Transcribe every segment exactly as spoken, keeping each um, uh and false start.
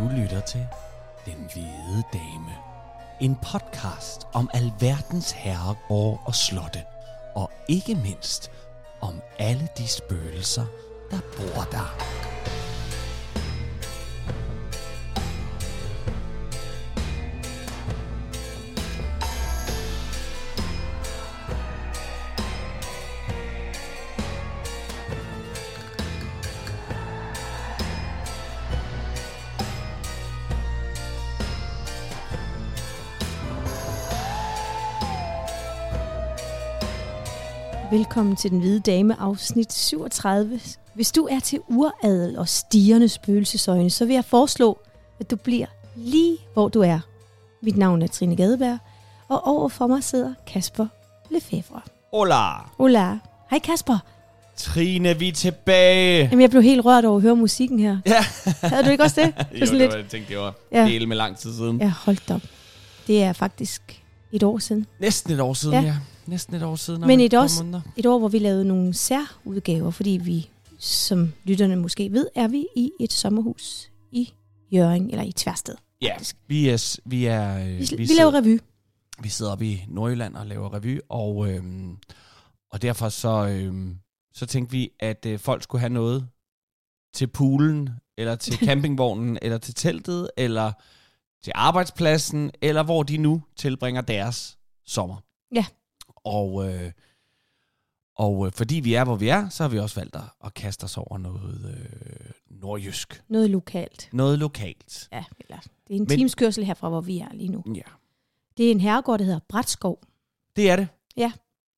Du lytter til Den Hvide Dame. En podcast om alverdens herregårde og slotte. Og ikke mindst om alle de spøgelser, der bor der. Velkommen til Den Hvide Dame, afsnit syvogtredive. Hvis du er til uradel og stirrende spøgelsesøjne, så vil jeg foreslå, at du bliver lige hvor du er. Mit navn er Trine Gadeberg, og overfor mig sidder Kasper Lefebvre. Hola! Hola. Hej Kasper. Trine, vi er tilbage! Jamen, jeg blev helt rørt over at høre musikken her. Ja. Havde du ikke også det? Det jo, det lidt... var, jeg tænkte, det var ja. Hele med lang tid siden. Ja, hold op. Det er faktisk et år siden. Næsten et år siden, ja. ja. Næsten et år siden. Men et, års, et år, hvor vi lavede nogle særudgaver, fordi vi, som lytterne måske ved, er vi i et sommerhus i Hjørring, eller i Tversted. Ja, faktisk. vi er... Vi, er, vi, vi, vi laver revy. Vi sidder oppe i Nordjylland og laver revy, og, øhm, og derfor så, øhm, så tænkte vi, at øh, folk skulle have noget til poolen, eller til campingvognen, eller til teltet, eller til arbejdspladsen, eller hvor de nu tilbringer deres sommer. Ja. Og, øh, og øh, fordi vi er, hvor vi er, så har vi også valgt at, at kaste os over noget øh, nordjysk. Noget lokalt. Noget lokalt. Ja, eller det er en timeskørsel herfra, hvor vi er lige nu. Ja. Det er en herregård, der hedder Bratskov. Det er det. Ja.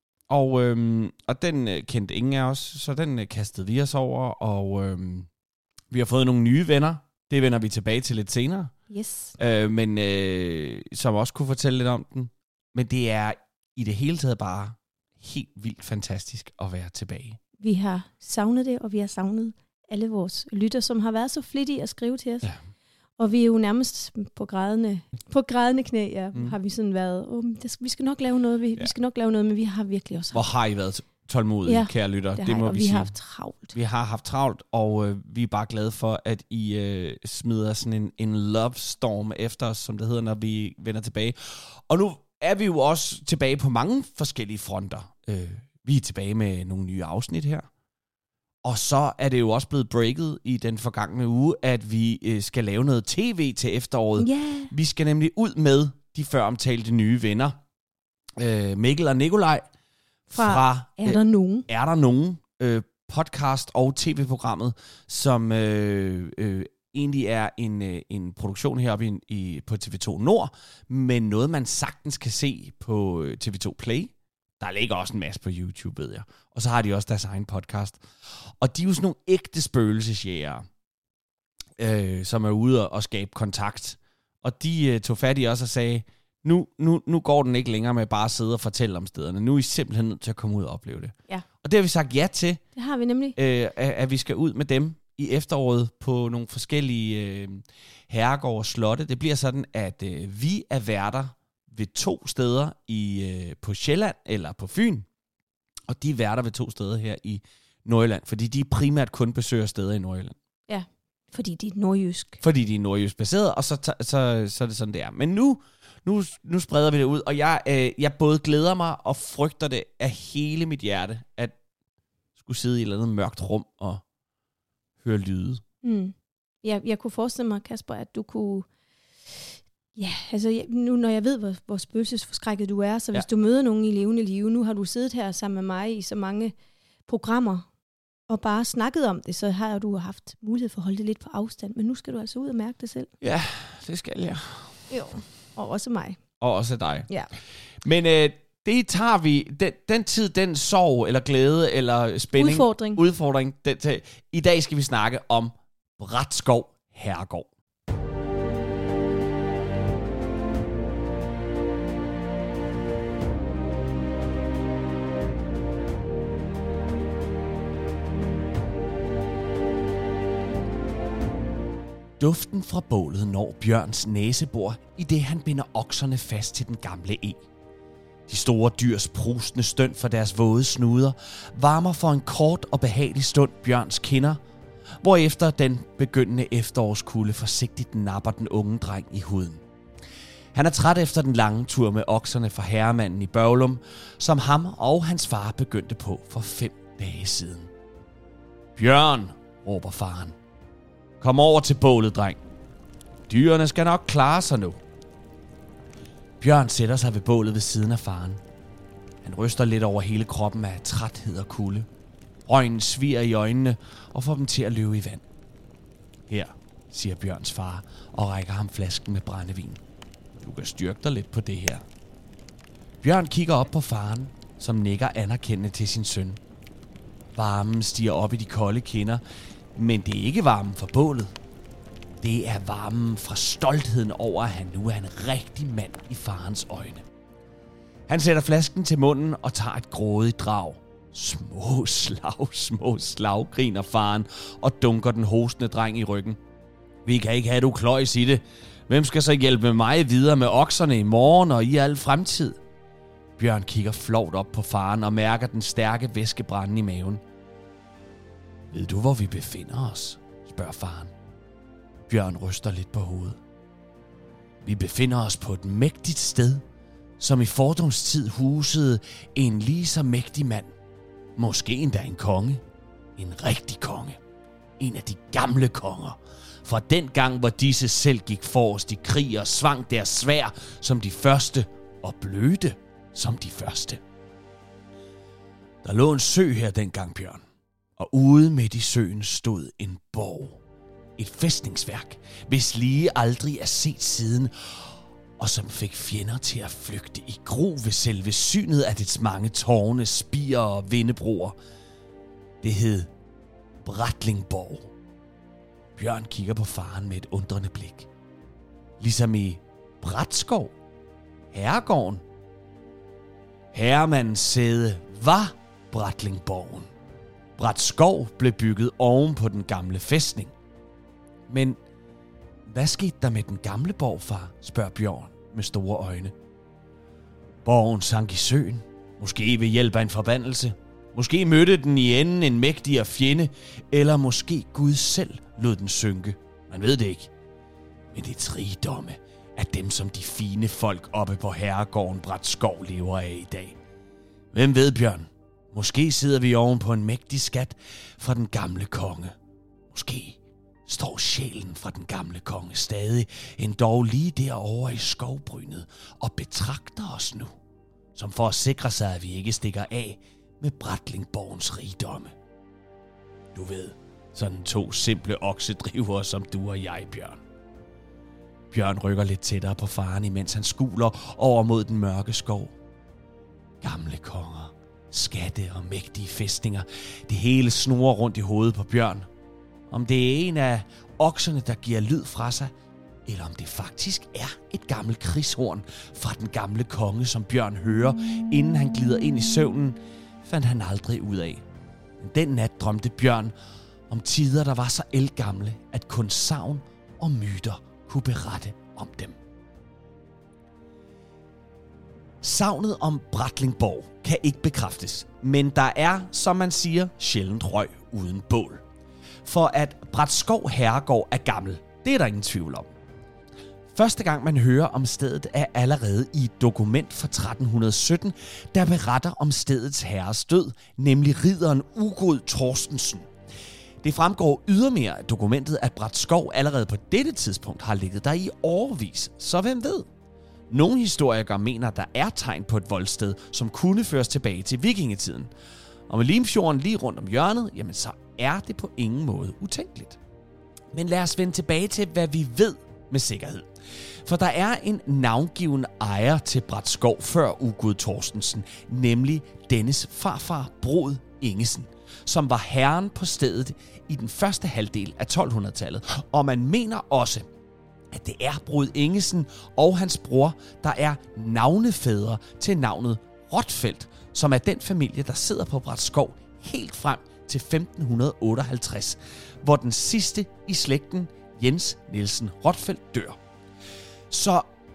Og, øhm, og den øh, kendte ingen af os, så den øh, kastede vi os over, og øhm, vi har fået nogle nye venner. Det vender vi tilbage til lidt senere. Yes. Øh, men øh, som også kunne fortælle lidt om den. Men det er i det hele taget bare helt vildt fantastisk at være tilbage. Vi har savnet det, og vi har savnet alle vores lytter, som har været så flittige at skrive til os. Ja. Og vi er jo nærmest på grædende, på grædende knæ, ja, mm. har vi sådan været, oh, det, vi skal nok lave noget, vi, ja. vi skal nok lave noget, men vi har virkelig også haft. Hvor har I været tålmodige, ja, kære lytter? Det, det må og vi vi sige. har haft travlt. Vi har haft travlt, og øh, vi er bare glade for, at I øh, smider sådan en, en love storm efter os, som det hedder, når vi vender tilbage. Og nu er vi jo også tilbage på mange forskellige fronter. Øh, vi er tilbage med nogle nye afsnit her. Og så er det jo også blevet breaket i den forgangne uge, at vi øh, skal lave noget tv til efteråret. Yeah. Vi skal nemlig ud med de før omtalte nye venner. Øh, Mikkel og Nikolaj fra, fra Er der nogen? Øh, er der nogen? Øh, podcast og tv-programmet, som øh, øh, egentlig er en, øh, en produktion heroppe i, i, på T V to Nord, men noget, man sagtens kan se på øh, T V to Play. Der ligger også en masse på YouTube, ved jeg. Og så har de også deres egen podcast. Og de er jo sådan nogle ægte spøgelsesjægere, øh, som er ude og skabe kontakt. Og de øh, tog fat i os og sagde, nu, nu, nu går den ikke længere med bare at sidde og fortælle om stederne. Nu er I simpelthen nødt til at komme ud og opleve det. Ja. Og det har vi sagt ja til. Det har vi nemlig. Øh, at, at vi skal ud med dem i efteråret på nogle forskellige øh, herregårde og slotte. Det bliver sådan, at øh, vi er værter ved to steder i øh, på Sjælland eller på Fyn, og de er værter ved to steder her i Nordjylland, fordi de primært kun besøger steder i Nordjylland. Ja, fordi de er nordjysk. Fordi de er nordjysk baseret, og så, så, så, så er det sådan, det er. Men nu, nu, nu spreder vi det ud, og jeg, øh, jeg både glæder mig og frygter det af hele mit hjerte, at skulle sidde i et eller andet mørkt rum og høre lyde. Mm. Ja, jeg kunne forestille mig, Kasper, at du kunne... Ja, altså nu når jeg ved, hvor, hvor spøgelsesforskrækket du er, så hvis ja. du møder nogen i levende live, nu har du siddet her sammen med mig i så mange programmer, og bare snakket om det, så har du haft mulighed for at holde det lidt på afstand, men nu skal du altså ud og mærke det selv. Ja, det skal jeg. Jo, og også mig. Og også dig. Ja. Men øh, det tager vi, den, den tid, den sorg, eller glæde, eller spænding. Udfordring. Udfordring. Den, til, I dag skal vi snakke om Bratskov Herregård. Duften fra bålet når Bjørns næsebor, i det han binder okserne fast til den gamle eg. De store dyrs prustende støn for deres våde snuder varmer for en kort og behagelig stund Bjørns kinder, hvorefter den begyndende efterårskulde forsigtigt napper den unge dreng i huden. Han er træt efter den lange tur med okserne fra herremanden i Børglum, som ham og hans far begyndte på for fem dage siden. Bjørn, råber faren. Kom over til bålet, dreng. Dyrene skal nok klare sig nu. Bjørn sætter sig ved bålet ved siden af faren. Han ryster lidt over hele kroppen af træthed og kulde. Røgen sviger i øjnene og får dem til at løbe i vand. Her, siger Bjørns far og rækker ham flasken med brændevin. Du kan styrke dig lidt på det her. Bjørn kigger op på faren, som nikker anerkendende til sin søn. Varmen stiger op i de kolde kinder, men det er ikke varmen fra bålet. Det er varmen fra stoltheden over, at han nu er en rigtig mand i farens øjne. Han sætter flasken til munden og tager et grådigt drag. Små slag, små slag, griner faren og dunker den hostende dreng i ryggen. Vi kan ikke have, du kløjs i det. Hvem skal så hjælpe mig videre med okserne i morgen og i al fremtid? Bjørn kigger flovt op på faren og mærker den stærke væskebrænde i maven. Ved du, hvor vi befinder os? Spørger faren. Bjørn ryster lidt på hovedet. Vi befinder os på et mægtigt sted, som i fordomstid husede en lige så mægtig mand. Måske endda en konge. En rigtig konge. En af de gamle konger. Fra den gang, hvor disse selv gik forrest i krig og svang deres sværd som de første og blødte som de første. Der lå en sø her dengang, Bjørn. Og ude midt i søen stod en borg. Et fæstningsværk, hvis lige aldrig er set siden, og som fik fjender til at flygte i gru ved selve synet af dets mange tårne, spirer og vindebroer. Det hed Bratlingborg. Bjørn kigger på faren med et undrende blik. Ligesom i Bratskov, herregården. Herremandens sæde var Bratlingborgen. Bratskov blev bygget oven på den gamle fæstning. Men hvad skete der med den gamle borg, far? Spørger Bjørn med store øjne. Borgen sank i søen. Måske ved hjælp af en forbandelse. Måske mødte den i enden en mægtigere fjende. Eller måske Gud selv lod den synke. Man ved det ikke. Men det er rigdomme af dem, som de fine folk oppe på herregården Bratskov lever af i dag. Hvem ved, Bjørn? Måske sidder vi oven på en mægtig skat fra den gamle konge. Måske står sjælen fra den gamle konge stadig endog lige derovre i skovbrynet og betragter os nu, som for at sikre sig, at vi ikke stikker af med Bratlingborgens rigdomme. Du ved, sådan to simple oksedrivere som du og jeg, Bjørn. Bjørn rykker lidt tættere på faren, imens han skuler over mod den mørke skov. Gamle konger, skatte og mægtige fæstninger. Det hele snurrer rundt i hovedet på Bjørn. Om det er en af okserne, der giver lyd fra sig, eller om det faktisk er et gammelt krigshorn fra den gamle konge, som Bjørn hører, inden han glider ind i søvnen, fandt han aldrig ud af. Men den nat drømte Bjørn om tider, der var så ældgamle, at kun sagn og myter kunne berette om dem. Sagnet om Bratlingborg kan ikke bekræftes, men der er, som man siger, sjældent røg uden bål. For at Bratskov herregård er gammel, det er der ingen tvivl om. Første gang man hører om stedet er allerede i et dokument fra tretten sytten, der beretter om stedets herres død, nemlig ridderen Ugod Torstensen. Det fremgår ydermere af dokumentet, at Bratskov allerede på dette tidspunkt har ligget der i årevis, så hvem ved? Nogle historikere mener, der er tegn på et voldsted, som kunne føres tilbage til vikingetiden. Og med Limfjorden lige rundt om hjørnet, jamen så er det på ingen måde utænkeligt. Men lad os vende tilbage til, hvad vi ved med sikkerhed. For der er en navngiven ejer til Bratskov før Ugod Torstensen, nemlig dennes farfar Brod Ingesen, som var herren på stedet i den første halvdel af tolvhundredetallet. Og man mener også, at det er Brod Ingesen og hans bror, der er navnefædre til navnet Rotfeldt, som er den familie, der sidder på Bratskov helt frem til femten otteoghalvtreds, hvor den sidste i slægten, Jens Nielsen Rotfeldt, dør. Så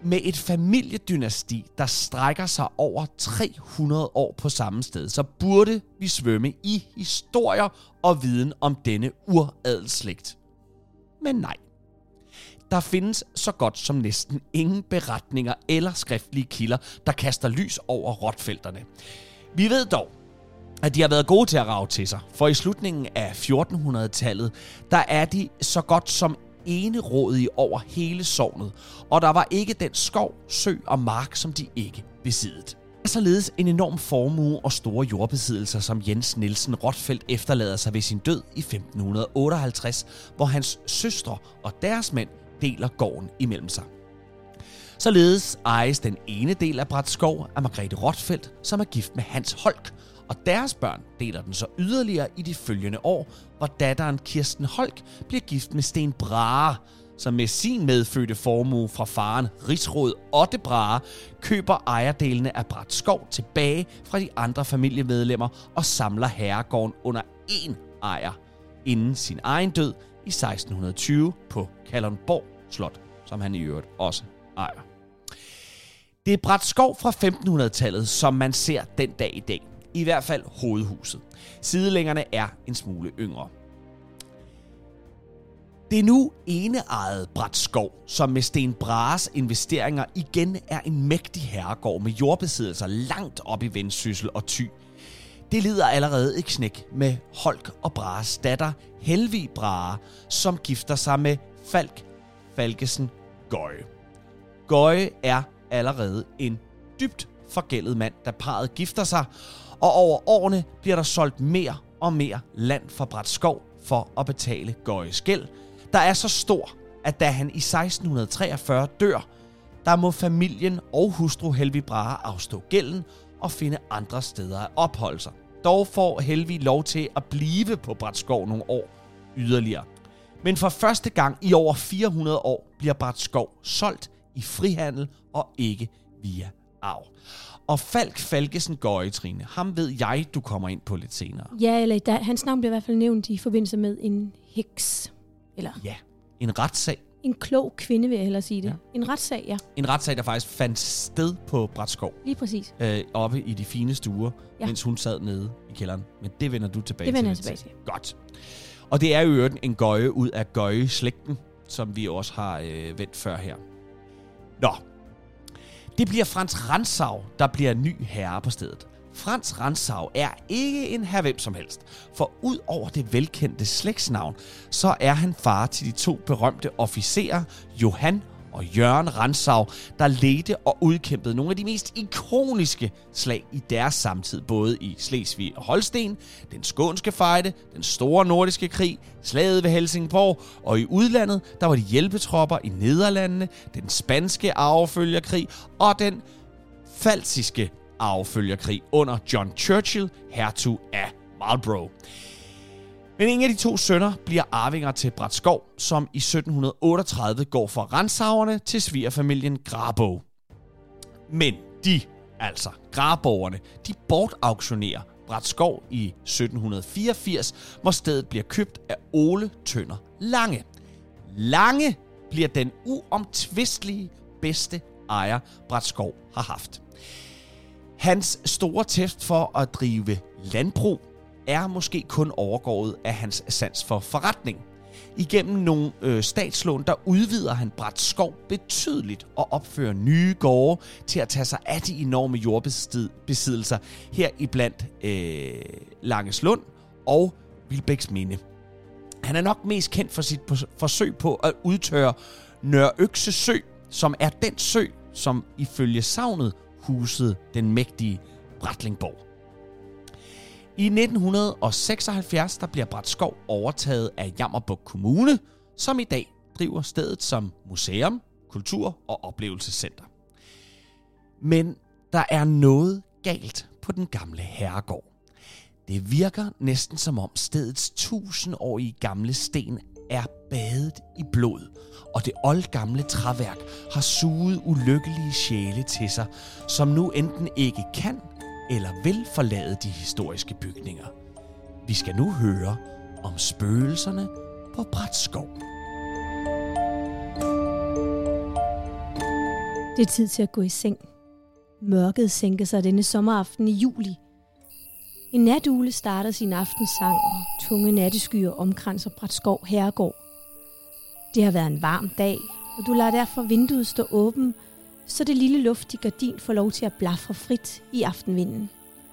med et familiedynasti, der strækker sig over tre hundrede år på samme sted, så burde vi svømme i historier og viden om denne uradelsslægt. Men nej. Der findes så godt som næsten ingen beretninger eller skriftlige kilder, der kaster lys over Rotfelterne. Vi ved dog, at de har været gode til at rage til sig, for i slutningen af fjortenhundredetallet, der er de så godt som enerådige over hele sognet, og der var ikke den skov, sø og mark, som de ikke besiddede. Der er således en enorm formue og store jordbesiddelser, som Jens Nielsen Rotfeldt efterlader sig ved sin død i femten otteoghalvtreds, hvor hans søstre og deres mænd deler gården imellem sig. Således ejes den ene del af Bratskov af Margrethe Rotfeldt, som er gift med Hans Holk, og deres børn deler den så yderligere i de følgende år, hvor datteren Kirsten Holk bliver gift med Sten Brahe, som med sin medfødte formue fra faren Rigsråd Otte Brahe køber ejerdelene af Bratskov tilbage fra de andre familiemedlemmer og samler herregården under én ejer inden sin egen død i seksten tyve på Kalundborg Slot, som han i øvrigt også ejer. Det er Bratskov fra femtenhundredetallet, som man ser den dag i dag. I hvert fald hovedhuset. Sidelængerne er en smule yngre. Det er nu eneejet Bratskov, som med Sten Brahes investeringer igen er en mægtig herregård med jordbesiddelser langt op i Vendsyssel og Thy. Det lider allerede et knæk med Holk og Brahes datter Helvig Brahe, som gifter sig med Falk Falkesen Gøje. Gøje er allerede en dybt forgældet mand, da parret gifter sig, og over årene bliver der solgt mere og mere land fra Bratskov for at betale Gøjes gæld, der er så stor, at da han i seksten treogfyrre dør, der må familien og hustru Helvig Brahe afstå gælden og finde andre steder at opholde sig. Dog får Helvig lov til at blive på Bratskov nogle år yderligere. Men for første gang i over fire hundrede år bliver Bratskov solgt i frihandel og ikke via arv. Og Falk Falkesen Gøje, Trine, ham ved jeg, du kommer ind på lidt senere. Ja, eller der, hans navn bliver i hvert fald nævnt i forbindelse med en heks. Eller ja, en retssag. En klog kvinde, vil jeg hellere sige det. Ja. En retssag, ja. En retssag, der faktisk fandt sted på Bratskov. Lige præs. Øh, oppe i de fine stuer, ja. Mens hun sad nede i kælderen. Men det vender du tilbage til. Det vender jeg tilbage til. Godt. Og det er jo øvrigt en Gøje ud af Gøje-slægten, som vi også har øh, vendt før her. Nå. Det bliver Frans Rantzau, der bliver ny herre på stedet. Frans Rantzau er ikke en herre hvem som helst, for ud over det velkendte slægtsnavn, så er han far til de to berømte officerer, Johan og Jørgen Rantzau, der ledte og udkæmpede nogle af de mest ikoniske slag i deres samtid, både i Slesvig og Holsten, den skånske fejde, den store nordiske krig, slaget ved Helsingborg, og i udlandet, der var de hjælpetropper i Nederlandene, den spanske arvefølgerkrig og den falsiske arvefølgerkrig under John Churchill, hertug af Marlborough. Men en af de to sønner bliver arvinger til Bratskov, som i sytten otteogtredive går fra Rantzauerne til svigerfamilien Grabow. Men de, altså Graboerne, de bortauktionerer Bratskov i sytten fireogfirs, hvor stedet bliver købt af Ole Tønder Lange. Lange bliver den uomtvistelige bedste ejer, Bratskov har haft. Hans store tæft for at drive landbrug er måske kun overgået af hans sans for forretning. Igennem nogle øh, statslån, der udvider han Bratskov betydeligt og opfører nye gårde til at tage sig af de enorme jordbesiddelser her iblandt øh, Langeslund og Vilbæksminde. Han er nok mest kendt for sit forsøg på at udtørre Nørre Økse Sø, som er den sø, som ifølge sagnet husede den mægtige Bratlingborg. I nitten seksoghalvfjerds der bliver Bratskov overtaget af Jammerbugt Kommune, som i dag driver stedet som museum, kultur- og oplevelsescenter. Men der er noget galt på den gamle herregård. Det virker næsten som om stedets tusindårige gamle sten er badet i blod, og det oldgamle træværk har suget ulykkelige sjæle til sig, som nu enten ikke kan eller vil forlade de historiske bygninger. Vi skal nu høre om spøgelserne på Bratskov. Det er tid til at gå i seng. Mørket sænker sig denne sommeraften i juli. En natugle starter sin aftensang, og tunge natteskyer omkranser Bratskov Herregård. Det har været en varm dag, og du lader derfor vinduet stå åben, så det lille luftige gardin får lov til at blafre frit i aftenvinden.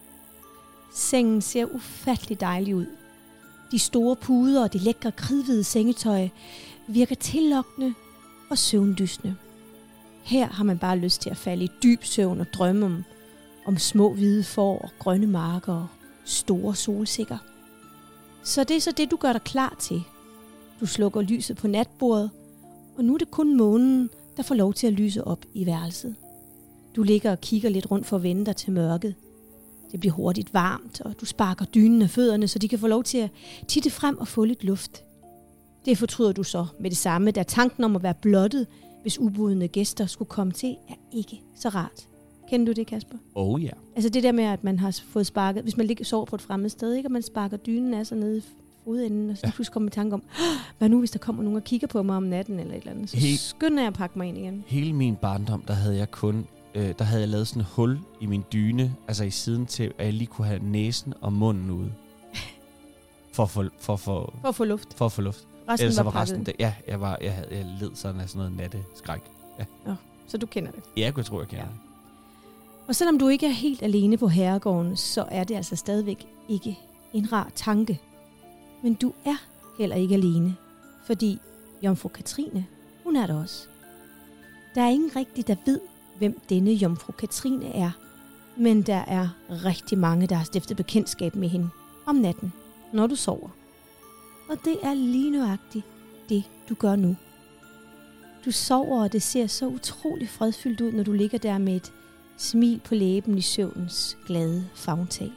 Sengen ser ufattelig dejlig ud. De store puder og det lækre kridhvide sengetøj virker tillokkende og søvndysende. Her har man bare lyst til at falde i dyb søvn og drømme om, om små hvide får og grønne marker og store solsikker. Så det er så det, du gør dig klar til. Du slukker lyset på natbordet, og nu er det kun månen, der får lov til at lyse op i værelset. Du ligger og kigger lidt rundt for at vende dig til mørket. Det bliver hurtigt varmt, og du sparker dynen af fødderne, så de kan få lov til at titte frem og få lidt luft. Det fortryder du så med det samme, da tanken om at være blottet, hvis ubudne gæster skulle komme til, er ikke så rart. Kender du det, Kasper? Oh ja. Yeah. Altså det der med, at man har fået sparket, hvis man ligger sover på et fremmed sted, ikke, og man sparker dynen af sig nede i fodenden, og så ja. pludselig kommer i tanke om, hvad nu, hvis der kommer nogen og kigger på mig om natten, eller et eller andet, så He- skynder jeg at pakke mig ind igen. Hele min barndom, der havde jeg kun, øh, der havde jeg lavet sådan et hul i min dyne, altså i siden til, at jeg lige kunne have næsen og munden ude. For at få, for, for, for at få luft. For at få luft. Resten Ellers var, var resten der, ja, jeg, var, jeg, havde, jeg led sådan af sådan noget natteskræk. Ja. Nå, så du kender det? Ja, jeg tror, jeg kender ja. det. Og selvom du ikke er helt alene på herregården, så er det altså stadigvæk ikke en rar tanke. Men du er heller ikke alene, fordi Jomfru Katrine, hun er der også. Der er ingen rigtig, der ved, hvem denne Jomfru Katrine er, men der er rigtig mange, der har stiftet bekendtskab med hende om natten, når du sover. Og det er lige nøjagtigt det, du gør nu. Du sover, og det ser så utrolig fredfyldt ud, når du ligger der med et smil på læben i søvnens glade favntag.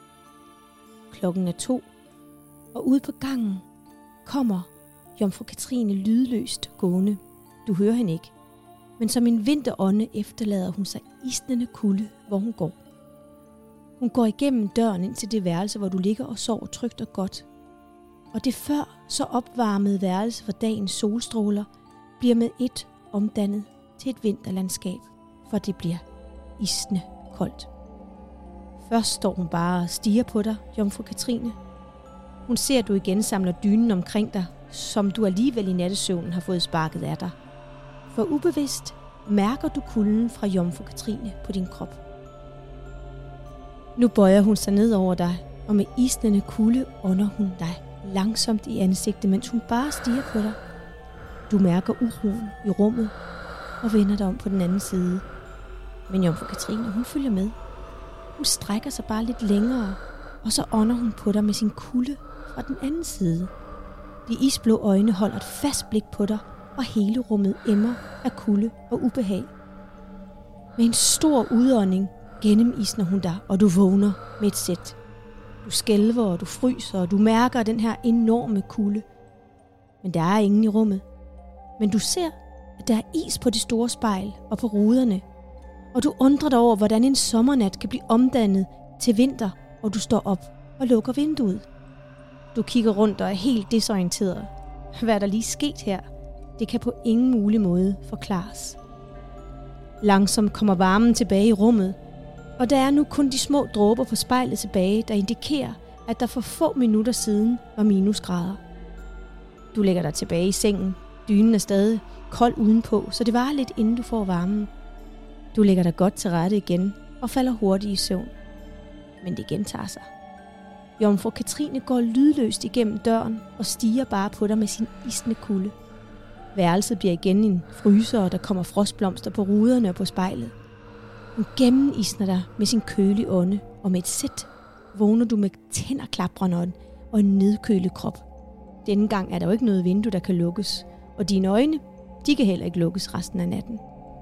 Klokken er to, og ude på gangen kommer Jomfru Katrine lydløst gående. Du hører hende ikke, men som en vinterånde efterlader hun sig isnende kulde, hvor hun går. Hun går igennem døren ind til det værelse, hvor du ligger og sover trygt og godt. Og det før så opvarmede værelse for dagens solstråler bliver med et omdannet til et vinterlandskab, for det bliver isende koldt. Først står hun bare og stiger på dig, Jomfru Katrine. Hun ser, at du igen samler dynen omkring dig, som du alligevel i nattesøvnen har fået sparket af dig. For ubevidst mærker du kulden fra Jomfru Katrine på din krop. Nu bøjer hun sig ned over dig, og med isnende kulde ånder hun dig langsomt i ansigtet, mens hun bare stiger på dig. Du mærker uroen i rummet og vender dig om på den anden side. Men Jomfru Katrine, hun følger med. Hun strækker sig bare lidt længere, og så ånder hun på dig med sin kulde fra den anden side. De isblå øjne holder et fast blik på dig, og hele rummet emmer af kulde og ubehag. Med en stor udånding gennemisner hun dig, og du vågner med et sæt. Du skælver, og du fryser, og du mærker den her enorme kulde. Men der er ingen i rummet. Men du ser, at der er is på det store spejl og på ruderne. Og du undrer dig over, hvordan en sommernat kan blive omdannet til vinter, og du står op og lukker vinduet. Du kigger rundt og er helt desorienteret. Hvad er der lige sket her? Det kan på ingen mulig måde forklares. Langsomt kommer varmen tilbage i rummet, og der er nu kun de små dråber på spejlet tilbage, der indikerer, at der for få minutter siden var minusgrader. Du lægger dig tilbage i sengen. Dynen er stadig kold udenpå, så det varer lidt, inden du får varmen. Du lægger dig godt til rette igen og falder hurtigt i søvn. Men det gentager sig. Jomfru Katrine går lydløst igennem døren og stiger bare på dig med sin isnende kulde. Værelset bliver igen en fryser, og der kommer frostblomster på ruderne og på spejlet. Hun gennemisner dig med sin kølige ånde, og med et sæt vågner du med tænder klaprende og en nedkølet krop. Denne gang er der jo ikke noget vindue, der kan lukkes, og dine øjne, de kan heller ikke lukkes resten af natten.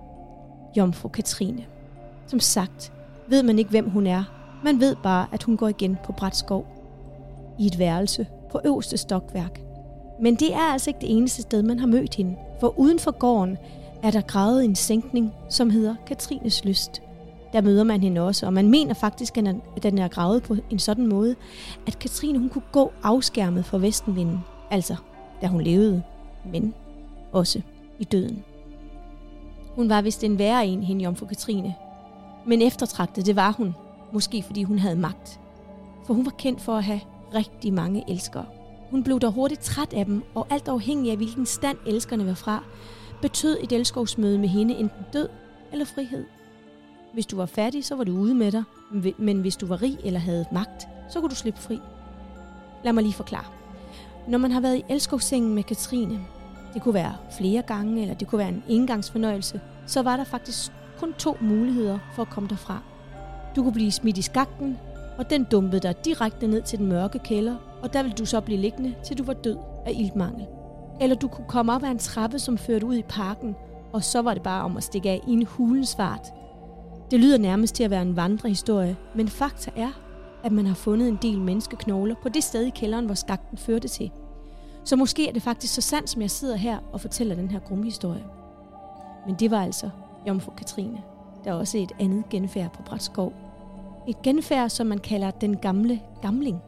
Jomfru Katrine. Som sagt ved man ikke, hvem hun er. Man ved bare, at hun går igen på Bratskov. I et værelse på øverste stokværk. Men det er altså ikke det eneste sted, man har mødt hende. For uden for gården er der gravet en sænkning, som hedder Katrines Lyst. Der møder man hende også, og man mener faktisk, at den er gravet på en sådan måde, at Katrine hun kunne gå afskærmet for vestenvinden. Altså, da hun levede, men også i døden. Hun var vist en værre en, hende Jomfru Katrine. Men eftertragtet, det var hun. Måske fordi hun havde magt. For hun var kendt for at have rigtig mange elskere. Hun blev dog hurtigt træt af dem, og alt afhængig af hvilken stand elskerne var fra, betød et elskovsmøde med hende enten død eller frihed. Hvis du var fattig, så var du ude med dig, men hvis du var rig eller havde magt, så kunne du slippe fri. Lad mig lige forklare. Når man har været i elskovssengen med Katrine, det kunne være flere gange, eller det kunne være en engangsfornøjelse, så var der faktisk kun to muligheder for at komme derfra. Du kunne blive smidt i skakten, og den dumpede dig direkte ned til den mørke kælder, og der ville du så blive liggende, til du var død af iltmangel. Eller du kunne komme op ad en trappe, som førte ud i parken, og så var det bare om at stikke af i en hulens fart. Det lyder nærmest til at være en vandrehistorie, men fakta er, at man har fundet en del menneskeknogler på det sted i kælderen, hvor skakten førte til. Så måske er det faktisk så sandt, som jeg sidder her og fortæller den her grumme historie. Men det var altså Jomfru Katrine. Der er også et andet genfærd på Bratskov. Et genfærd, som man kalder den gamle gamling.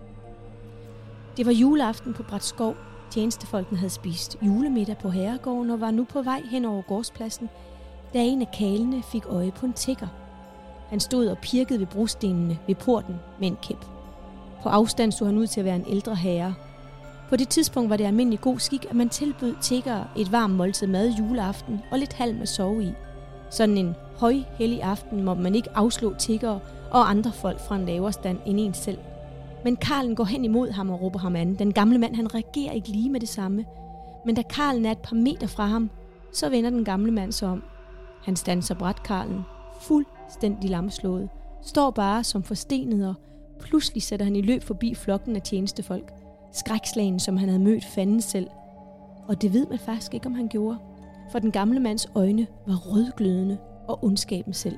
Det var juleaften på Bratskov. Tjenestefolkene havde spist julemiddag på herregården og var nu på vej hen over gårdspladsen, da en af kalene fik øje på en tigger. Han stod og pirkede ved brostenene ved porten med en kæp. På afstand så han ud til at være en ældre herre. På det tidspunkt var det almindelig god skik, at man tilbød tiggere et varmt måltid mad juleaften og lidt halm at sove i. Sådan en højhellig aften må man ikke afslå tiggere og andre folk fra en lavere stand end en selv. Men Karlen går hen imod ham og råber ham an. Den gamle mand, han reagerer ikke lige med det samme. Men da Karlen er et par meter fra ham, så vender den gamle mand sig om. Han standser brat Karlen, fuldstændig lamslået, står bare som forstenet, og pludselig sætter han i løb forbi flokken af tjenestefolk. Skrækslagen, som han havde mødt fanden selv. Og det ved man faktisk ikke, om han gjorde. For den gamle mands øjne var rødglødende og ondskaben selv.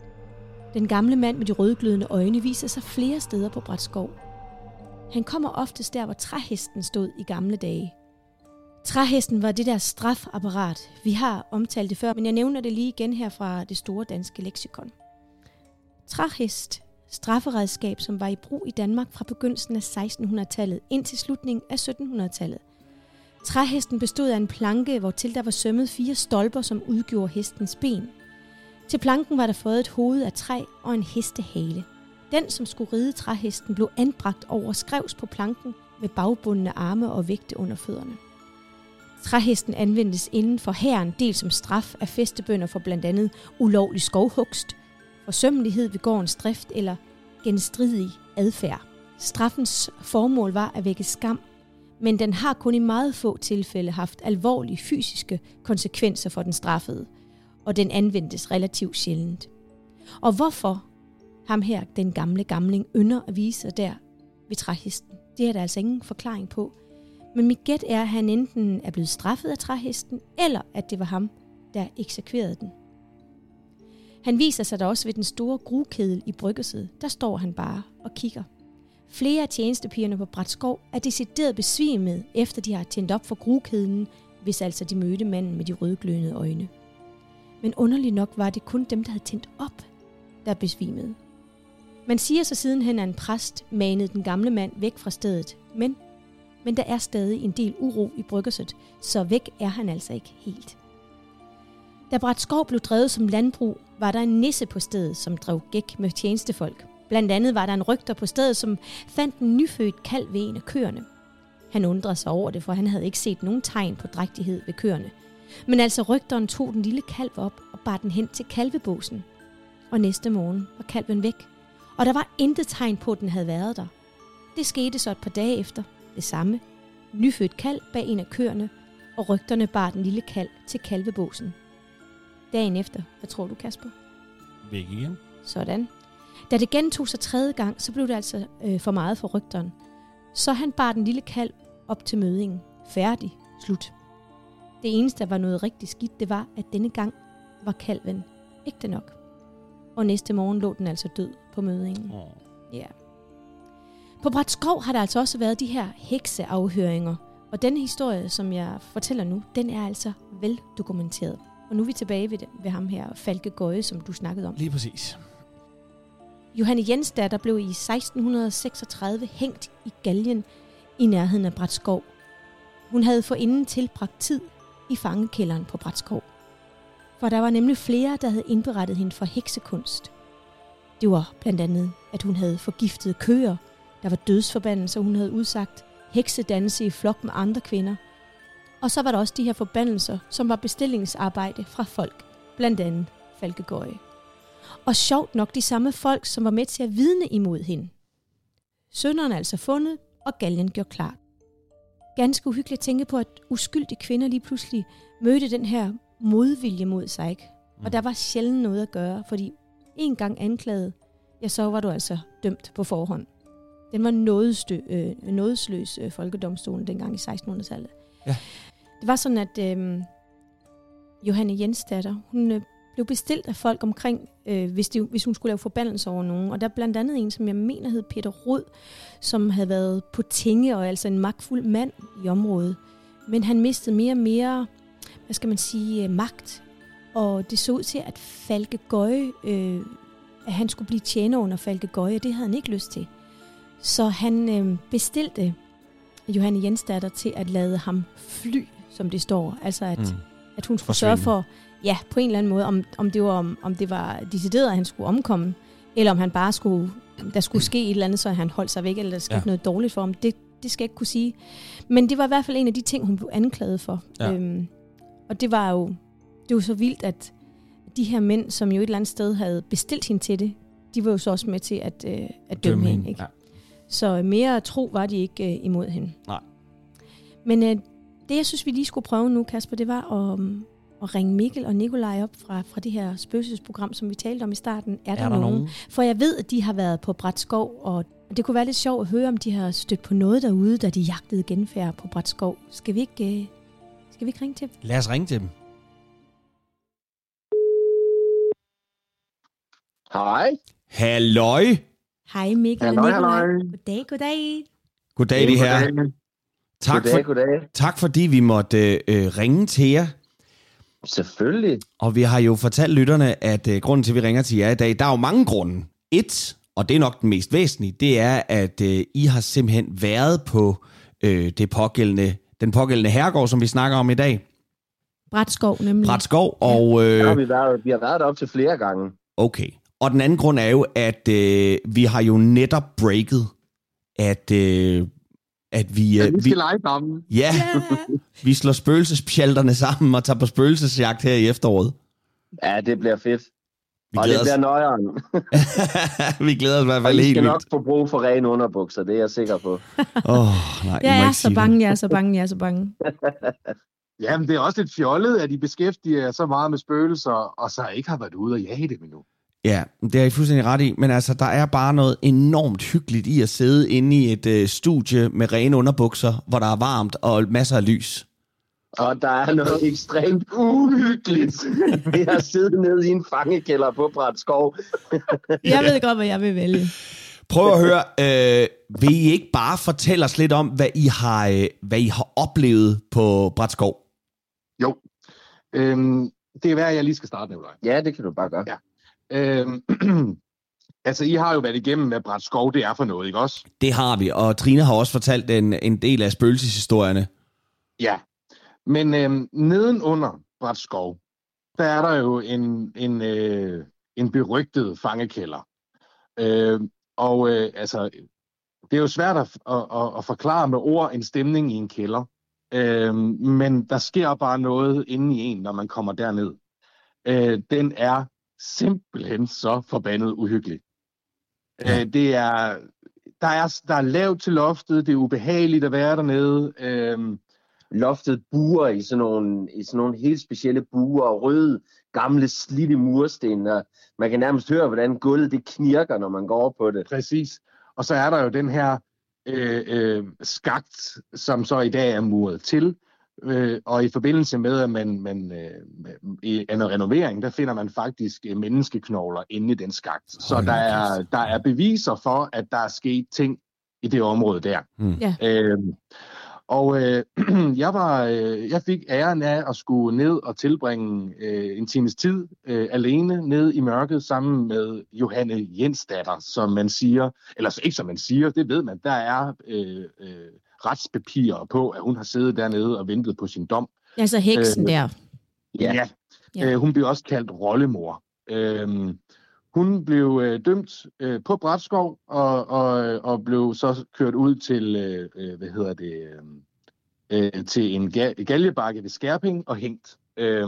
Den gamle mand med de rødglødende øjne viser sig flere steder på Bratskov. Han kommer oftest der, hvor træhesten stod i gamle dage. Træhesten var det der strafapparat. Vi har omtalt det før, men jeg nævner det lige igen her fra det store danske leksikon. Træhest, strafferedskab, som var i brug i Danmark fra begyndelsen af sekstenhundredetallet indtil slutningen af syttenhundredetallet. Træhesten bestod af en planke, hvortil der var sømmet fire stolper, som udgjorde hestens ben. Til planken var der fået et hoved af træ og en hestehale. Den, som skulle ride træhesten, blev anbragt over skrevs på planken med bagbundne arme og vægte under fødderne. Træhesten anvendtes inden for hæren, dels som straf af fæstebønder for blandt andet ulovlig skovhugst, forsømmelighed ved gårdens drift eller genstridig adfærd. Straffens formål var at vække skam, men den har kun i meget få tilfælde haft alvorlige fysiske konsekvenser for den straffede, og den anvendtes relativt sjældent. Og hvorfor ham her, den gamle gamling, ynder at vise sig der ved træhesten, det er der altså ingen forklaring på. Men mit gæt er, at han enten er blevet straffet af træhesten, eller at det var ham, der eksekverede den. Han viser sig da også ved den store grukedel i bryggerset. Der står han bare og kigger. Flere af tjenestepigerne på Bratskov er decideret besvimet, efter de har tændt op for grukedlen, hvis altså de mødte manden med de rødglødende øjne. Men underligt nok var det kun dem, der havde tændt op, der besvimede. Man siger så sidenhen, at en præst manede den gamle mand væk fra stedet, men, men der er stadig en del uro i bryggerset, så væk er han altså ikke helt. Da Bratskov blev drevet som landbrug, var der en nisse på stedet, som drev gæk med tjenestefolk. Blandt andet var der en rygter på stedet, som fandt en nyfødt kalv ved en af køerne. Han undrede sig over det, for han havde ikke set nogen tegn på drægtighed ved køerne. Men altså rygteren tog den lille kalv op og bar den hen til kalvebåsen. Og næste morgen var kalven væk, og der var intet tegn på, at den havde været der. Det skete så et par dage efter. Det samme. Nyfødt kalv bag en af køerne, og rygterne bar den lille kalv til kalvebåsen. Dagen efter, hvad tror du, Kasper? Væk igen. Sådan. Da det gentog sig tredje gang, så blev det altså øh, for meget for rygteren. Så han bar den lille kalv op til mødingen. Færdig. Slut. Det eneste, der var noget rigtig skidt, det var, at denne gang var kalven ægte nok. Og næste morgen lå den altså død på mødingen. Oh. Ja. På Bratskov har der altså også været de her hekseafhøringer. Og den historie, som jeg fortæller nu, den er altså veldokumenteret. Og nu er vi tilbage ved, det, ved ham her, Falke Gøje, som du snakkede om. Lige præcis. Johanne Jensdatter blev i seksten seksogtredive hængt i galgen i nærheden af Bratskov. Hun havde forinden tilbragt tid i fangekælderen på Bratskov. For der var nemlig flere, der havde indberettet hende for heksekunst. Det var blandt andet, at hun havde forgiftet køer, der var dødsforbandelser, hun havde udsagt, heksedannelse i flok med andre kvinder. Og så var der også de her forbandelser, som var bestillingsarbejde fra folk, blandt andet Falkegøje. Og sjovt nok de samme folk, som var med til at vidne imod hende. Synderen er altså fundet, og galgen gjorde klart. Ganske uhyggeligt at tænke på, at uskyldige kvinder lige pludselig mødte den her modvilje mod sig, ikke? Og der var sjældent noget at gøre, fordi en gang anklaget, ja, så var du altså dømt på forhånd. Den var nådestø, øh, nådesløs øh, folkedomstolen dengang i sekstenhundredetallet. Ja. Det var sådan, at øh, Johanne Jensdatter, hun øh, blev bestilt af folk omkring, øh, hvis, de, hvis hun skulle lave forbandelse over nogen. Og der er blandt andet en, som jeg mener hed Peter Rod, som havde været på tinge og altså en magtfuld mand i området. Men han mistede mere og mere, hvad skal man sige, øh, magt. Og det så ud til, at Falkegøje, øh, at han skulle blive tjener under Falkegøje, og det havde han ikke lyst til. Så han øh, bestilte Johanne Jensdatter til at lade ham fly, som det står. Altså at, mm. at hun skulle Forsvinde. sørge for, ja, på en eller anden måde, om, om, det, var, om, om det var decideret, at han skulle omkomme, eller om han bare skulle, der skulle ske et eller andet, så han holdt sig væk, eller der skete ja. noget dårligt for ham. Det, det skal jeg ikke kunne sige. Men det var i hvert fald en af de ting, hun blev anklaget for. Ja. Øhm, og det var jo det var så vildt, at de her mænd, som jo et eller andet sted havde bestilt hende til det, de var jo så også med til at, øh, at dømme, dømme hende. Ikke? Ja. Så mere tro var de ikke øh, imod hende. Nej. Men øh, det, jeg synes, vi lige skulle prøve nu, Kasper, det var at, at ringe Mikkel og Nikolaj op fra, fra det her spøgelsesprogram, som vi talte om i starten. Er, er der, der nogen? nogen? For jeg ved, at de har været på Bratskov, og det kunne være lidt sjovt at høre, om de har stødt på noget derude, da de jagtede genfærd på Bratskov. Skal vi ikke, øh, skal vi ikke ringe til dem? Lad os ringe til dem. Hej. Halløj. Hej Mikkel og Nikolaj. Goddag, goddag. Goddag, de her. Tak, goddag, for, goddag. tak fordi vi måtte øh, ringe til jer. Selvfølgelig. Og vi har jo fortalt lytterne, at øh, grunden til, at vi ringer til jer i dag, der er jo mange grunde. Et, og det er nok den mest væsentlige, det er, at øh, I har simpelthen været på øh, det pågældende, den pågældende herregård, som vi snakker om i dag. Bratskov nemlig. Bratskov, og... Øh, ja, vi, været, vi har været der op til flere gange. Okay. Og den anden grund er jo, at øh, vi har jo netop breaket, at, øh, at vi... Øh, ja, vi skal lege sammen. Ja, yeah. Vi slår spøgelsespjalterne sammen og tager på spøgelsesjagt her i efteråret. Ja, det bliver fedt. Vi og det os... bliver nøjeren. Vi glæder os i hvert fald helt vildt. Vi skal nok få brug for rene underbukser, det er jeg sikker på. Åh, oh, nej, jeg er så bange, jeg er så bange, jeg er så bange. Jamen, det er også lidt fjollet, at I beskæftiger så meget med spøgelser, og så ikke har været ude og jage dem endnu. Ja, det er I fuldstændig ret i, men altså, der er bare noget enormt hyggeligt i at sidde inde i et øh, studie med rene underbukser, hvor der er varmt og masser af lys. Og der er noget ekstremt uhyggeligt ved at sidde nede i en fangekælder på Bratskov. Jeg ved godt, hvad jeg vil vælge. Prøv at høre, øh, vil I ikke bare fortælle os lidt om, hvad I har, øh, hvad I har oplevet på Bratskov? Jo, øhm, det er værd, at jeg lige skal starte, Nikolaj. Ja, det kan du bare gøre. Ja. Øhm, altså, I har jo været igennem, hvad Bratskov det er for noget, ikke også? Det har vi, og Trine har også fortalt en, en del af spøgelseshistorierne. Ja, men øhm, nedenunder Bratskov, der er der jo en, en, øh, en berygtet fangekælder. Øh, og øh, altså, det er jo svært at, at, at, at forklare med ord en stemning i en kælder. Øh, men der sker bare noget inde i en, når man kommer derned. Øh, den er simpelthen så forbandet uhyggelig. Ja. Øh, det er, der er, der er lavt til loftet, det er ubehageligt at være dernede. Øh, Loftet buer i sådan nogle, i sådan nogle helt specielle buer, røde, gamle, slidte mursten, og man kan nærmest høre, hvordan gulvet det knirker, når man går på det. Præcis. Og så er der jo den her øh, øh, skakt, som så i dag er muret til, øh, og i forbindelse med, at man, man øh, i en renovering, der finder man faktisk menneskeknogler inde i den skakt. Så oh, der er, der er beviser for, at der er sket ting i det område der. Mm. Ja. Øh, Og øh, jeg var, øh, jeg fik æren af at skulle ned og tilbringe øh, en times tid øh, alene ned i mørket sammen med Johanne Jensdatter, som man siger, eller ikke som man siger, det ved man, der er øh, øh, retspapirer på, at hun har siddet dernede og ventet på sin dom. Altså heksen øh, der. Ja. ja, Ja. Øh, hun blev også kaldt rollemor. Øh, hun blev øh, dømt øh, på Bratskov og, og, og blev så kørt ud til, øh, hvad hedder det, øh, til en ga- galjebakke ved Skærping og hængt. Øh,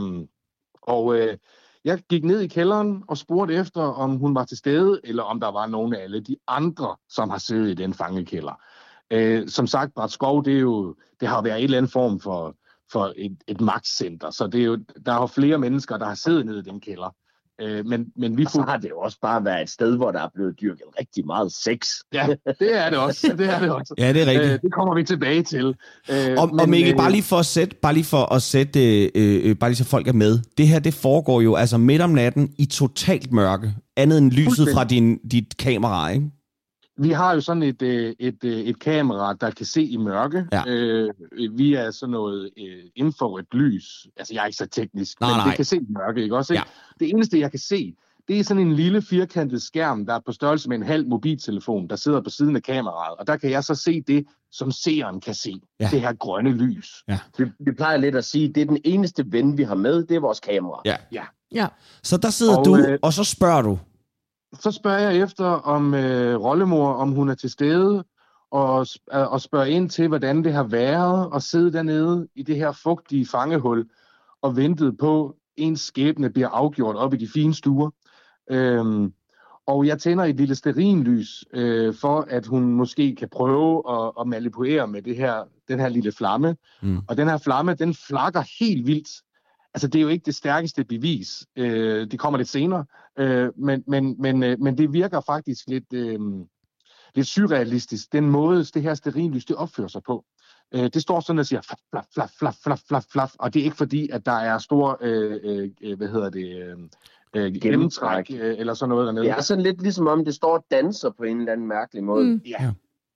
og øh, jeg gik ned i kælderen og spurgte efter, om hun var til stede, eller om der var nogle af alle de andre, som har siddet i den fangekælder. Øh, som sagt, Bratskov, det, er jo, det har været en eller anden form for, for et, et magtcenter, så det er jo, der er jo flere mennesker, der har siddet nede i den kælder. Øh, men, men vi og så har det jo også bare været et sted, hvor der er blevet dyrket rigtig meget sex. Ja, det er det også. Det er det også. Ja, det er rigtigt. Øh, det kommer vi tilbage til. Øh, og, men, og Mikkel, øh, bare lige for at sætte, bare lige for at sætte, øh, øh, bare lige så folk er med. Det her, det foregår jo altså midt om natten i totalt mørke. Andet end lyset fra din, dit kamera, ikke? Vi har jo sådan et, et, et, et kamera, der kan se i mørke. Ja. Øh, via sådan noget øh, infrarødt lys. Altså, jeg er ikke så teknisk, nej, men nej. det kan se i mørke, ikke også? Ikke? Ja. Det eneste, jeg kan se, det er sådan en lille firkantet skærm, der er på størrelse med en halv mobiltelefon, der sidder på siden af kameraet. Og der kan jeg så se det, som seeren kan se. Ja. Det her grønne lys. Ja. Vi, vi plejer lidt at sige, at det er den eneste ven, vi har med, det er vores kamera. Ja. Ja. Ja. Så der sidder og, du, øh, og så spørger du. Så spørger jeg efter, om øh, rollemor, om hun er til stede, og, og spørger ind til, hvordan det har været at sidde dernede i det her fugtige fangehul, og ventet på, ens skæbne bliver afgjort op i de fine stuer. Øhm, og jeg tænder et lille stearinlys, øh, for at hun måske kan prøve at, at manipulere med det her, den her lille flamme. Mm. Og den her flamme, den flakker helt vildt. Altså, det er jo ikke det stærkeste bevis. Øh, det kommer lidt senere. Øh, men, men, men, øh, men det virker faktisk lidt, øh, lidt surrealistisk. Den måde, det her stearinlys, det opfører sig på. Øh, det står sådan og siger flaf, flaf, flaf, flaf, flaf, flaf. Og det er ikke fordi, at der er stor, øh, øh, hvad hedder det, øh, gennemtræk øh, eller sådan noget dernede. Det er sådan lidt ligesom om, det står og danser på en eller anden mærkelig måde. Mm. Ja.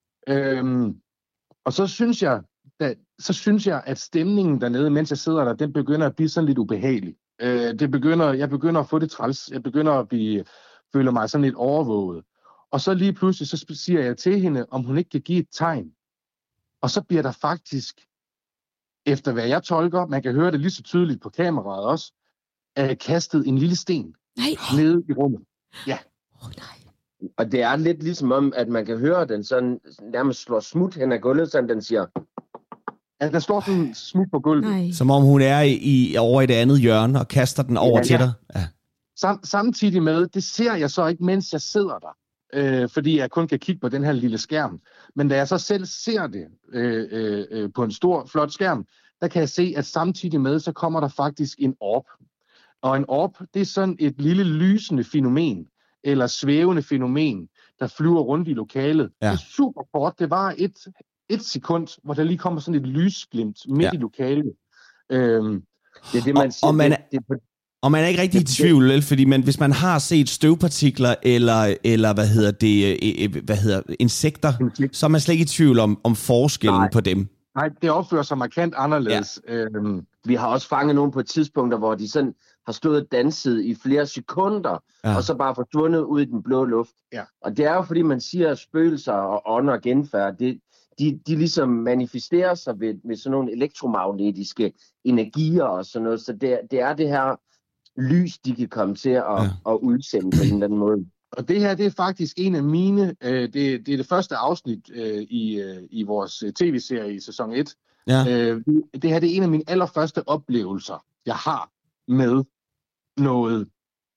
Øhm, og så synes jeg, da, så synes jeg, at stemningen dernede, mens jeg sidder der, den begynder at blive sådan lidt ubehagelig. Øh, det begynder, jeg begynder at få det træls. Jeg begynder at blive, føle mig sådan lidt overvåget. Og så lige pludselig, så siger jeg til hende, om hun ikke kan give et tegn. Og så bliver der faktisk, efter hvad jeg tolker, man kan høre det lige så tydeligt på kameraet også, øh, kastet en lille sten Nej. nede i rummet. Ja. Oh, nej. Og det er lidt ligesom om, at man kan høre den sådan nærmest slår smut hen ad gulvet, sådan den siger... Altså, der står sådan smut på gulvet. Nej. Som om hun er i, i, over i det andet hjørne og kaster den over Ja, til ja. dig. Ja. Sam, samtidig med, det ser jeg så ikke, mens jeg sidder der. Øh, fordi jeg kun kan kigge på den her lille skærm. Men da jeg så selv ser det øh, øh, på en stor, flot skærm, der kan jeg se, at samtidig med, så kommer der faktisk en orb. Og en orb, det er sådan et lille lysende fænomen, eller svævende fænomen, der flyver rundt i lokalet. Ja. Det er super kort. Det var et, et sekund, hvor der lige kommer sådan et lysglimt midt Ja. i lokalet. Øhm, Det er det, man Og- siger. og man er- det, det, er på- Og man er ikke rigtig i tvivl, vel? Fordi man, hvis man har set støvpartikler eller, eller hvad hedder det, øh, øh, hvad hedder, insekter, så er man slet ikke i tvivl om, om forskellen Nej. på dem. nej, det opfører sig markant anderledes. Ja. Øhm, vi har også fanget nogen på et tidspunkt, hvor de sådan har stået og danset i flere sekunder, Ja. ja. og så bare forsvundet ud i den blå luft. Ja. Og det er jo fordi, man siger, at spøgelser og ånder og genfærd, det, de, de ligesom manifesterer sig ved, ved sådan nogle elektromagnetiske energier og sådan noget. Så det, det er det her lys, de kan komme til at, Ja. ja. at udsende på en eller anden måde. Og det her, det er faktisk en af mine, øh, det, det er det første afsnit øh, i, øh, i vores øh, tv-serie i sæson et. Ja. Øh, det her, det er en af mine allerførste oplevelser, jeg har med noget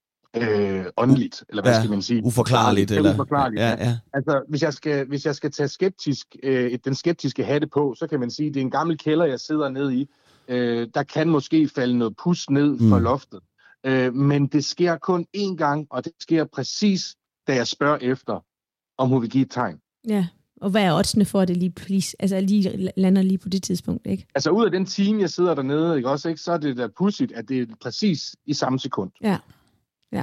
øh, åndeligt, eller hvad Ja, skal man sige? Uforklarligt. Det er Eller, uforklarligt, ja, ja. Altså, hvis jeg skal, hvis jeg skal tage skeptisk, øh, den skeptiske hatte på, så kan man sige, at det er en gammel kælder, jeg sidder ned i. Øh, der kan måske falde noget pus ned fra Mm. loftet. Øh, men det sker kun én gang, og det sker præcis, da jeg spørger efter, om hun vil give et tegn. Ja, og hvad er oddsene for, at det lige, please, altså lige lander lige på det tidspunkt, ikke? Altså ud af den time, jeg sidder dernede, ikke også, ikke, så er det da pudsigt, at det er præcis i samme sekund. Ja, ja.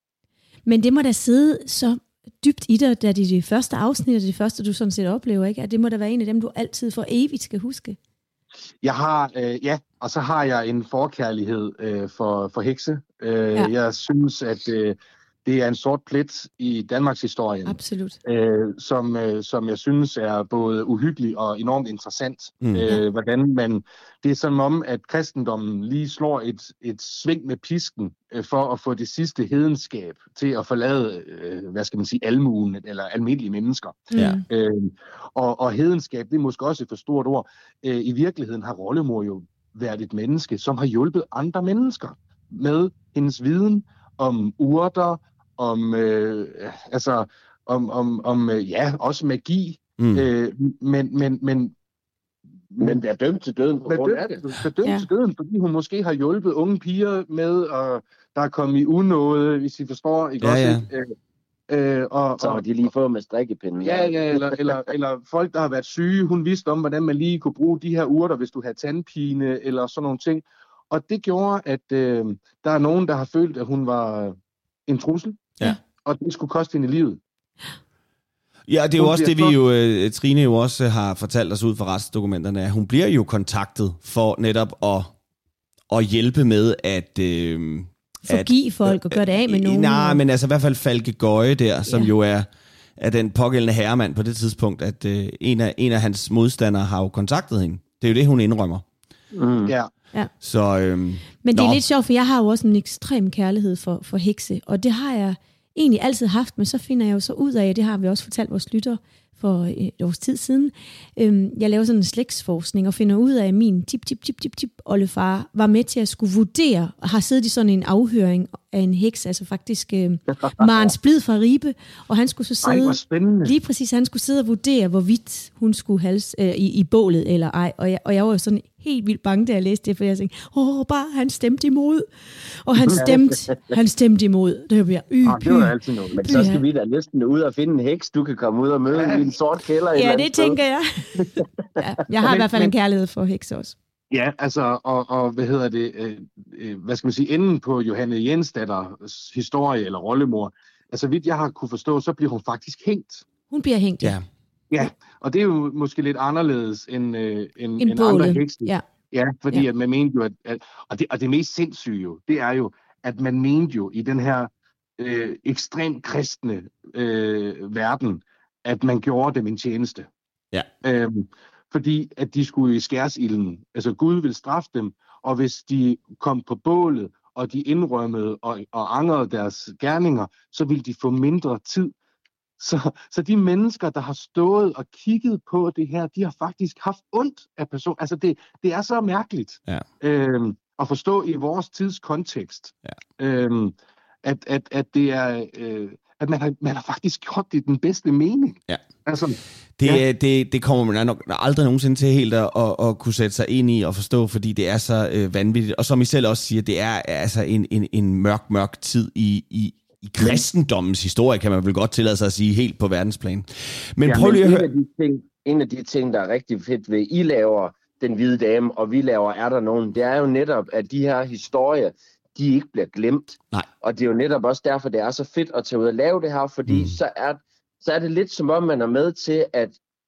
Men det må da sidde så dybt i dig, da det er det første afsnit, og det første, du sådan set oplever, ikke? At det må da være en af dem, du altid for evigt skal huske. Jeg har, øh, ja, og så har jeg en forkærlighed øh, for, for hekse. Øh, Ja. ja. Jeg synes, at øh, det er en sort plet i Danmarks historie. Absolut. Øh, som, øh, som jeg synes er både uhyggelig og enormt interessant. Mm. Øh, hvordan man, det er som om, at kristendommen lige slår et, et sving med pisken øh, for at få det sidste hedenskab til at forlade, øh, hvad skal man sige, almuen eller almindelige mennesker. Ja. Øh, og, og hedenskab, det er måske også et for stort ord. Øh, I virkeligheden har Rollemor jo været et menneske, som har hjulpet andre mennesker med hendes viden om urter, om, øh, altså, om, om, om øh, ja, også magi, mm. øh, men, men, men, men er dømt til døden på grund af det. Er dømt ja. til døden, fordi hun måske har hjulpet unge piger med, og der er kommet i unåde, hvis I forstår, ikke ja, også? Ja. Øh, øh, og, så har de lige fået med strikkepinden. Ja, ja, eller, eller, eller folk, der har været syge, hun vidste om, hvordan man lige kunne bruge de her urter, hvis du havde tandpine, eller sådan nogle ting. Og det gjorde, at øh, der er nogen, der har følt, at hun var en trussel, ja. og det skulle koste hende livet. Ja, det er jo også det, vi jo, uh, Trine jo også har fortalt os ud fra retsdokumenterne, at hun bliver jo kontaktet for netop at, at hjælpe med at... Uh, Forgive folk og gøre det af med nogen. Nej, men altså i hvert fald Falke Gøje der, som ja. jo er, er den pågældende herremand på det tidspunkt, at uh, en, af, en af hans modstandere har jo kontaktet hende. Det er jo det, hun indrømmer. Mm. Ja. Ja. Så, øhm, men det er nå. lidt sjovt, for jeg har jo også en ekstrem kærlighed for, for hekse, og det har jeg egentlig altid haft, men så finder jeg jo så ud af, det har vi også fortalt vores lytter for et års tid siden. Øhm, jeg laver sådan en slægtsforskning og finder ud af, at min tip, tip, tip, tip, tip oldefar var med til at skulle vurdere, og har siddet i sådan en afhøring af en heks, altså faktisk øh, Maren Splid fra Ribe, og han skulle så sidde, Ej, lige præcis, han skulle sidde og vurdere, hvorvidt hun skulle hals øh, i, i bålet eller ej, og jeg, og jeg var jo sådan helt vildt bange, da jeg læste det, for jeg tænkte, åh, bare han stemte imod, og han stemte, han stemte imod, det bliver y, ah, det var altid noget. Men så skal vi da næsten ud og finde en heks, du kan komme ud og møde ja. i en sort kælder. Ja, det tænker jeg. ja, jeg har men, i hvert fald men, en kærlighed for heks også. Ja, altså, og, og hvad hedder det, øh, øh, hvad skal man sige, enden på Johanne Jensdatters historie eller rollemor, altså vidt jeg har kunne forstå, så bliver hun faktisk hængt. Hun bliver hængt, ja. Ja, og det er jo måske lidt anderledes end, øh, end, en end andre hekse. Ja. Ja, fordi ja. at man mente jo, at, at og, det, og det mest sindssyge jo, det er jo, at man mente jo i den her øh, ekstremt kristne øh, verden, at man gjorde dem en tjeneste. Ja. Øhm, fordi at de skulle i skærsilden. Altså Gud ville straffe dem, og hvis de kom på bålet, og de indrømmede og, og angrede deres gerninger, så ville de få mindre tid. Så, så de mennesker, der har stået og kigget på det her, de har faktisk haft ondt af personen. Altså det, det er så mærkeligt ja. øhm, at forstå i vores tids kontekst, ja. øhm, at, at, at det er... Øh, at man har, man har faktisk gjort det i den bedste mening. Ja. Altså, det, ja. det, det kommer man nok aldrig nogensinde til helt at, at, at kunne sætte sig ind i og forstå, fordi det er så øh, vanvittigt. Og som I selv også siger, det er altså en, en, en mørk, mørk tid i, i, i kristendommens historie, kan man vel godt tillade sig at sige, helt på verdensplan. Men ja, prøv lige men at høre... En af, de ting, en af de ting, der er rigtig fedt ved, I laver Den Hvide Dame, og vi laver Er der nogen, det er jo netop, at de her historier, de ikke bliver glemt. Nej. Og det er jo netop også derfor, det er så fedt at tage ud og lave det her, fordi mm. så, er, så er det lidt som om, man er med til, at,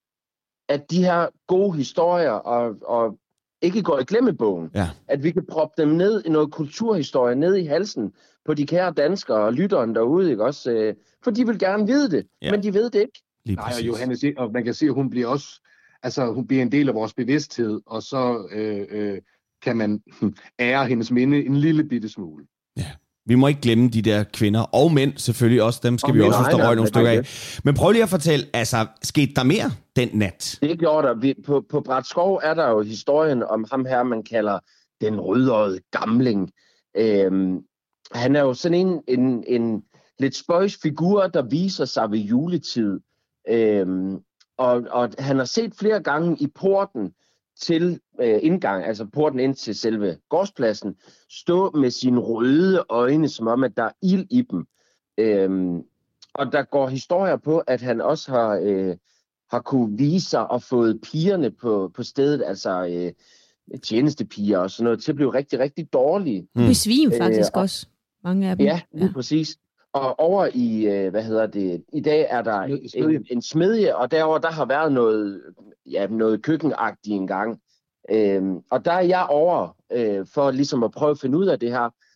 at de her gode historier og, og ikke går i glemmebogen. Ja. At vi kan proppe dem ned i noget kulturhistorie, ned i halsen på de kære danskere og lytteren derude, ikke også? For de vil gerne vide det, ja. men de ved det ikke. Lige Nej, og Johannes, og man kan se, at hun bliver også, altså hun bliver en del af vores bevidsthed, og så øh, øh, kan man ære hendes minde en lille bitte smule. Ja. Vi må ikke glemme de der kvinder, og mænd selvfølgelig også, dem skal og vi også stå røg nogle stykker af. Men prøv lige at fortælle, altså, skete der mere den nat? Det gjorde der. Vi, på, på Bratskov er der jo historien om ham her, man kalder den rødøjede gamling. Øhm, han er jo sådan en, en, en lidt spøjs figur, der viser sig ved juletid. Øhm, og, og han har set flere gange i porten til øh, indgang, altså porten ind til selve gårdspladsen, stå med sine røde øjne, som om, at der er ild i dem. Øhm, og der går historier på, at han også har, øh, har kunne vise sig og fået pigerne på, på stedet, altså øh, tjenestepiger og sådan noget, til at blive rigtig, rigtig dårlige. Mm. Besvim faktisk øh, og, også, mange af dem. Ja, lige ja. præcis. Og over i, øh, hvad hedder det, i dag er der en, en smedje, og derover der har været noget, ja, noget køkkenagtigt engang. Øhm, og der er jeg over, øh, for ligesom at prøve at finde ud af det her.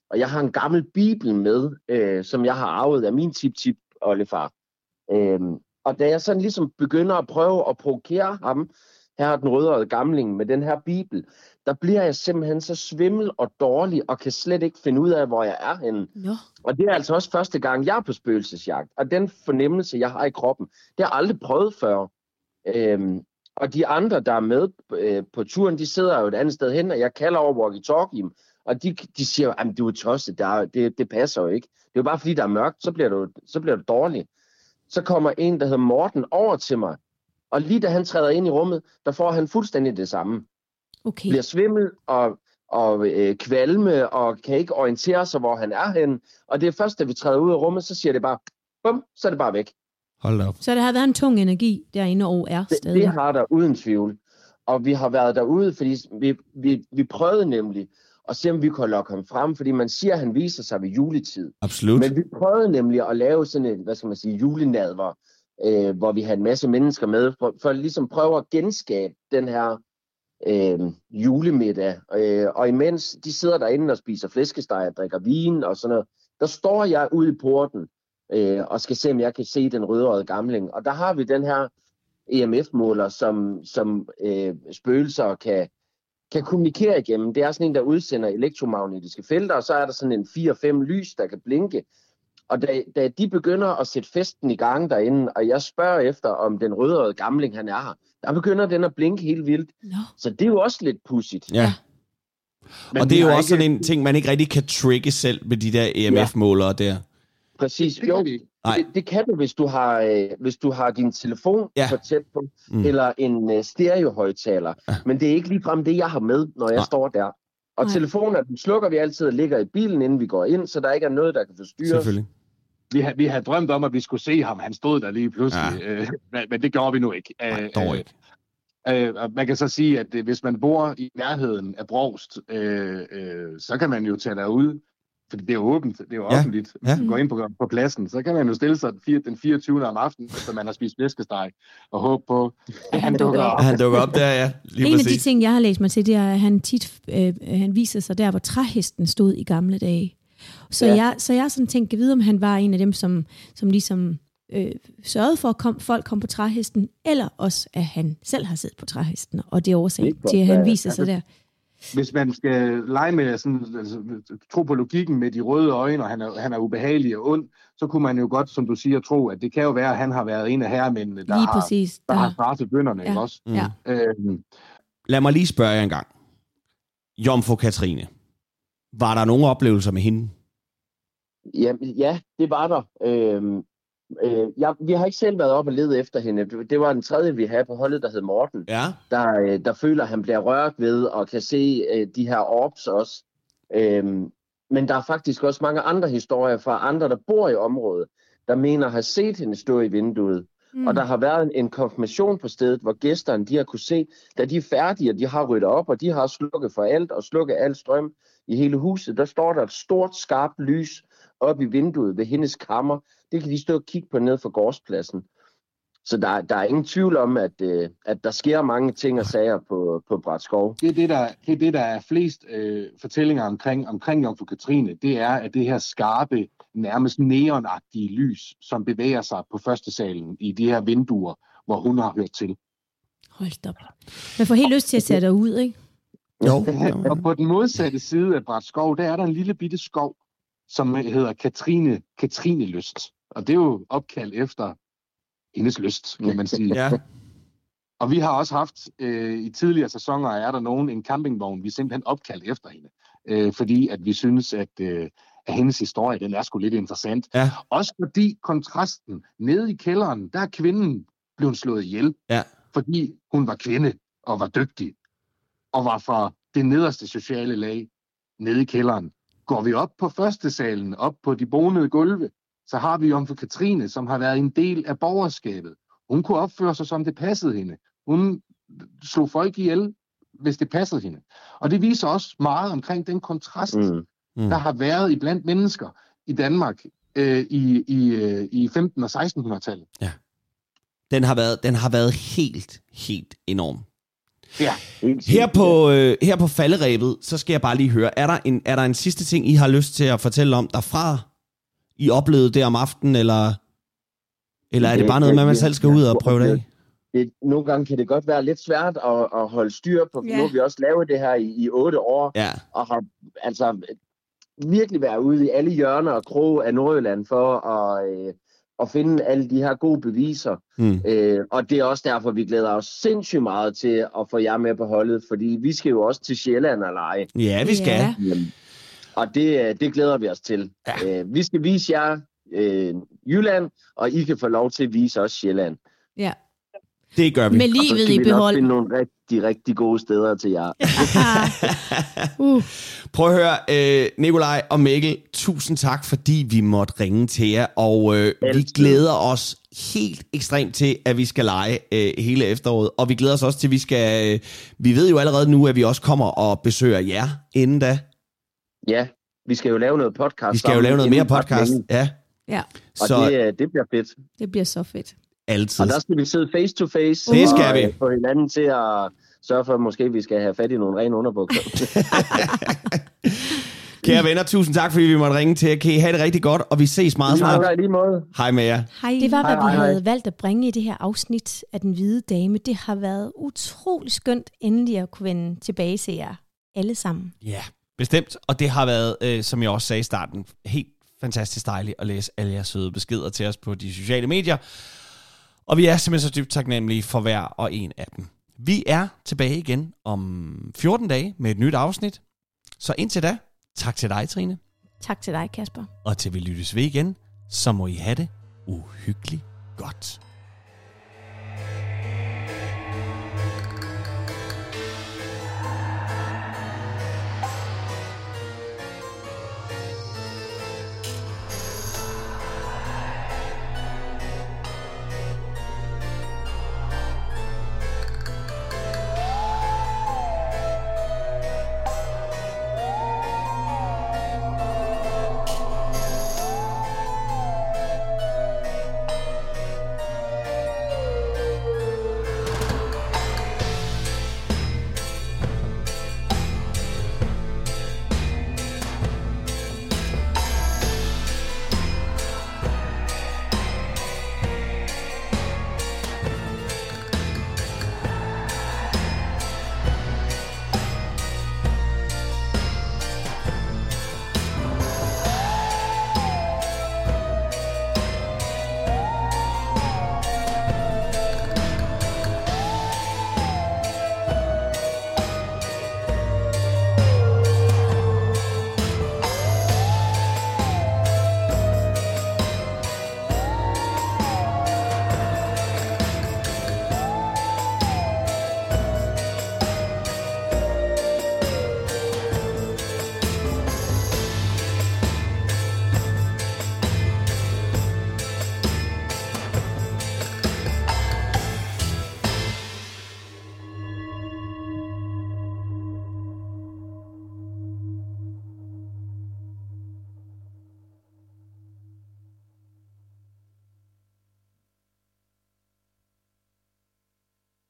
Og jeg har en gammel bibel med, øh, som jeg har arvet af min tip-tip-oldefar. Øhm, og da jeg sådan ligesom begynder at prøve at provokere ham, her er den rødhårede gamling med den her bibel, der bliver jeg simpelthen så svimmel og dårlig, og kan slet ikke finde ud af, hvor jeg er henne. Ja. Og det er altså også første gang, jeg er på spøgelsesjagt. Og den fornemmelse, jeg har i kroppen, det har jeg aldrig prøvet før. Øhm, og de andre, der er med øh, på turen, de sidder jo et andet sted hen, og jeg kalder over walkie-talkie, og de, de siger, at du er tosset, der, det, det passer jo ikke. Det er jo bare fordi, der er mørkt, så bliver du, så bliver du dårlig. Så kommer en, der hedder Morten, over til mig, og lige da han træder ind i rummet, der får han fuldstændig det samme. Okay. Bliver svimmel og, og øh, kvalme, og kan ikke orientere sig, hvor han er henne. Og det er først, da vi træder ud af rummet, så siger det bare, bum, så er det bare væk. Hold op. Så der har været en tung energi derinde og er det, stadig. det har der uden tvivl. Og vi har været derude, fordi vi, vi, vi prøvede nemlig at se, om vi kunne lokke ham frem, fordi man siger, at han viser sig ved juletid. Absolut. Men vi prøvede nemlig at lave sådan en, hvad skal man sige, julenadver, øh, hvor vi havde en masse mennesker med, for, for at ligesom prøve at genskabe den her øh, julemiddag. Øh, og imens de sidder derinde og spiser flæskesteg og drikker vin og sådan noget, der står jeg ude i porten øh, og skal se, om jeg kan se den rødhårede gamling. Og der har vi den her E M F-måler, som, som øh, spøgelser kan, kan kommunikere igennem. Det er sådan en, der udsender elektromagnetiske felter, og så er der sådan en fire fem lys, der kan blinke. Og da, da de begynder at sætte festen i gang derinde, og jeg spørger efter, om den rødhårede gamling, han er her, der begynder den at blinke helt vildt. No. Så det er jo også lidt pudsigt. Ja. Men Og det er jo har også ikke- sådan en ting, man ikke rigtig kan trigge selv med de der E M F-målere der. Præcis. Det Jo, kan vi. Nej. det, det kan du, hvis du har, øh, hvis du har din telefon Ja. for tæt på, Mm. mm. eller en øh, stereohøjtaler. Ja. Men det er ikke ligefrem det, jeg har med, når jeg Nej. står der. Og Nej. telefoner, den slukker vi altid og ligger i bilen, inden vi går ind, så der ikke er noget, der kan forstyrre. Selvfølgelig. Vi, ha- vi havde drømt om, at vi skulle se ham. Han stod der lige pludselig, Ah. ja. øh, men, men det gjorde vi nu ikke. Nej, Øh, dog øh, ikke. Øh, og man kan så sige, at øh, hvis man bor i nærheden af Brovst, øh, øh, så kan man jo tage derud, fordi det er jo åbent, det er jo Ja, offentligt. Hvis ja. man går ind på, på pladsen, så kan man jo stille sig den fire- den fireogtyvende om aftenen, efter man har spist flæskesteg, og håbe på, at han dukker op. Han dukker op der, ja. Lige En af de præcis. ting, jeg har læst mig til, det er, at han tit øh, han viser sig der, hvor træhesten stod i gamle dage. Så, Ja. jeg, så jeg har sådan tænkt, at vide, om han var en af dem, som, som ligesom øh, sørgede for, at kom, folk kom på træhesten, eller også, at han selv har siddet på træhesten, og det er årsagen Det kan til, at godt han være. viser sig der. Hvis man skal lege med sådan, altså, tro på logikken med de røde øjne, og han er, han er ubehagelig og ond, så kunne man jo godt, som du siger, tro, at det kan jo være, at han har været en af herremændene, der Lige har, præcis. der Der, har straffet bønderne, Ja. ikke også? Mm. Ja. Øhm, Lad mig lige spørge jer en gang. Jomfru Katrine. Var der nogle oplevelser med hende? Ja, ja, det var der. Øhm, øh, jeg, vi har ikke selv været op og lede efter hende. Det, det var den tredje, vi havde på holdet, der hed Morten, Ja. der, øh, der føler, at han bliver rørt ved og kan se øh, de her orbs også. Øhm, men der er faktisk også mange andre historier fra andre, der bor i området, der mener at have set hende stå i vinduet. Mm. Og der har været en, en konfirmation på stedet, hvor gæsterne de har kunne se, da de er færdige, og de har ryddet op, og de har slukket for alt og slukket al strøm i hele huset, der står der et stort, skarpt lys op i vinduet ved hendes kammer. Det kan de stå og kigge på ned for gårdspladsen. Så der, der er ingen tvivl om, at, øh, at der sker mange ting og sager på, på Bratskov. Det er det, der, det er, det, der er flest øh, fortællinger omkring, omkring Jomfru Katrine. Det er, at det her skarpe, nærmest neonagtige lys, som bevæger sig på første salen i de her vinduer, hvor hun har hørt til. hold da op. Man får helt lyst til at sætte dig ud, ikke? Jo. Og på den modsatte side af Bratskov, der er der en lille bitte skov, som hedder Katrine, Katrine Lyst. Og det er jo opkaldt efter hendes lyst, kan man sige. Ja. Og vi har også haft, øh, i tidligere sæsoner, er der nogen, en campingvogn, vi er simpelthen opkaldt efter hende. Øh, fordi at vi synes, at, øh, at hendes historie, den er sgu lidt interessant. Ja. Også fordi kontrasten nede i kælderen, der er kvinden blevet slået ihjel. Ja. Fordi hun var kvinde og var dygtig. Og var fra det nederste sociale lag nede i kælderen. Går vi op på første salen, op på de bonede gulve, så har vi Jomfru Katrine, som har været en del af borgerskabet. Hun kunne opføre sig, som det passede hende. Hun slog folk ihjel, hvis det passede hende. Og det viser også meget omkring den kontrast, mm. Mm. der har været iblandt mennesker i Danmark øh, i, i, øh, i femten- og sekstenhundredetallet. Den har været, den har været helt, helt enorm. Ja, her på, øh, her på falderebet, så skal jeg bare lige høre, er der, en, er der en sidste ting, I har lyst til at fortælle om derfra, I oplevede det om aftenen, eller, eller er det bare noget med, at man selv skal ud og prøve det af? Det, nogle gange kan det godt være lidt svært at, at holde styr på, Ja. nu har vi også lavet det her i, i otte år, Ja. og har altså virkelig været ude i alle hjørner og kroge af Nordjylland for at, øh, at finde alle de her gode beviser. Hmm. Øh, og det er også derfor, vi glæder os sindssygt meget til at få jer med på holdet, fordi vi skal jo også til Sjælland og lege. Ja, vi skal. Ja. Jamen, og det, det glæder vi os til. Ja. Øh, vi skal vise jer øh, Jylland, og I kan få lov til at vise os Sjælland. Ja. Det gør vi. Med Og så livet skal i vi nok behold. finde nogle rigtig, rigtig gode steder til jer. uh. Prøv at høre, øh, Nikolaj og Mikkel, tusind tak, fordi vi måtte ringe til jer, og øh, vi Altid. glæder os helt ekstremt til, at vi skal lege øh, hele efteråret, og vi glæder os også til, at vi skal, øh, vi ved jo allerede nu, at vi også kommer og besøger jer inden da. Ja, vi skal jo lave noget podcast. Vi skal jo lave noget mere podcast, ja. Ja, Og Så det, øh, det bliver fedt. det bliver så fedt. altid. Og der skal vi sidde face to face. Det skal og, vi. øh, få hinanden til at sørge for, at måske vi skal have fat i nogle rene underbukser. Kære venner, tusind tak, fordi vi måtte ringe til jer. Kan I have det rigtig godt, og vi ses meget snart. Ja, i lige måde. Hej med jer. Hej. Det var, hvad Hej, vi hej, havde valgt at bringe i det her afsnit af Den Hvide Dame. Det har været utrolig skønt endelig at kunne vende tilbage til jer alle sammen. Ja, bestemt. Og det har været, øh, som jeg også sagde i starten, helt fantastisk dejligt at læse alle jeres søde beskeder til os på de sociale medier. Og vi er simpelthen så dybt taknemmelige for hver og en af dem. Vi er tilbage igen om fjorten dage med et nyt afsnit. Så indtil da, tak til dig, Trine. Tak til dig, Kasper. Og til vi lyttes ved igen, så må I have det uhyggeligt godt.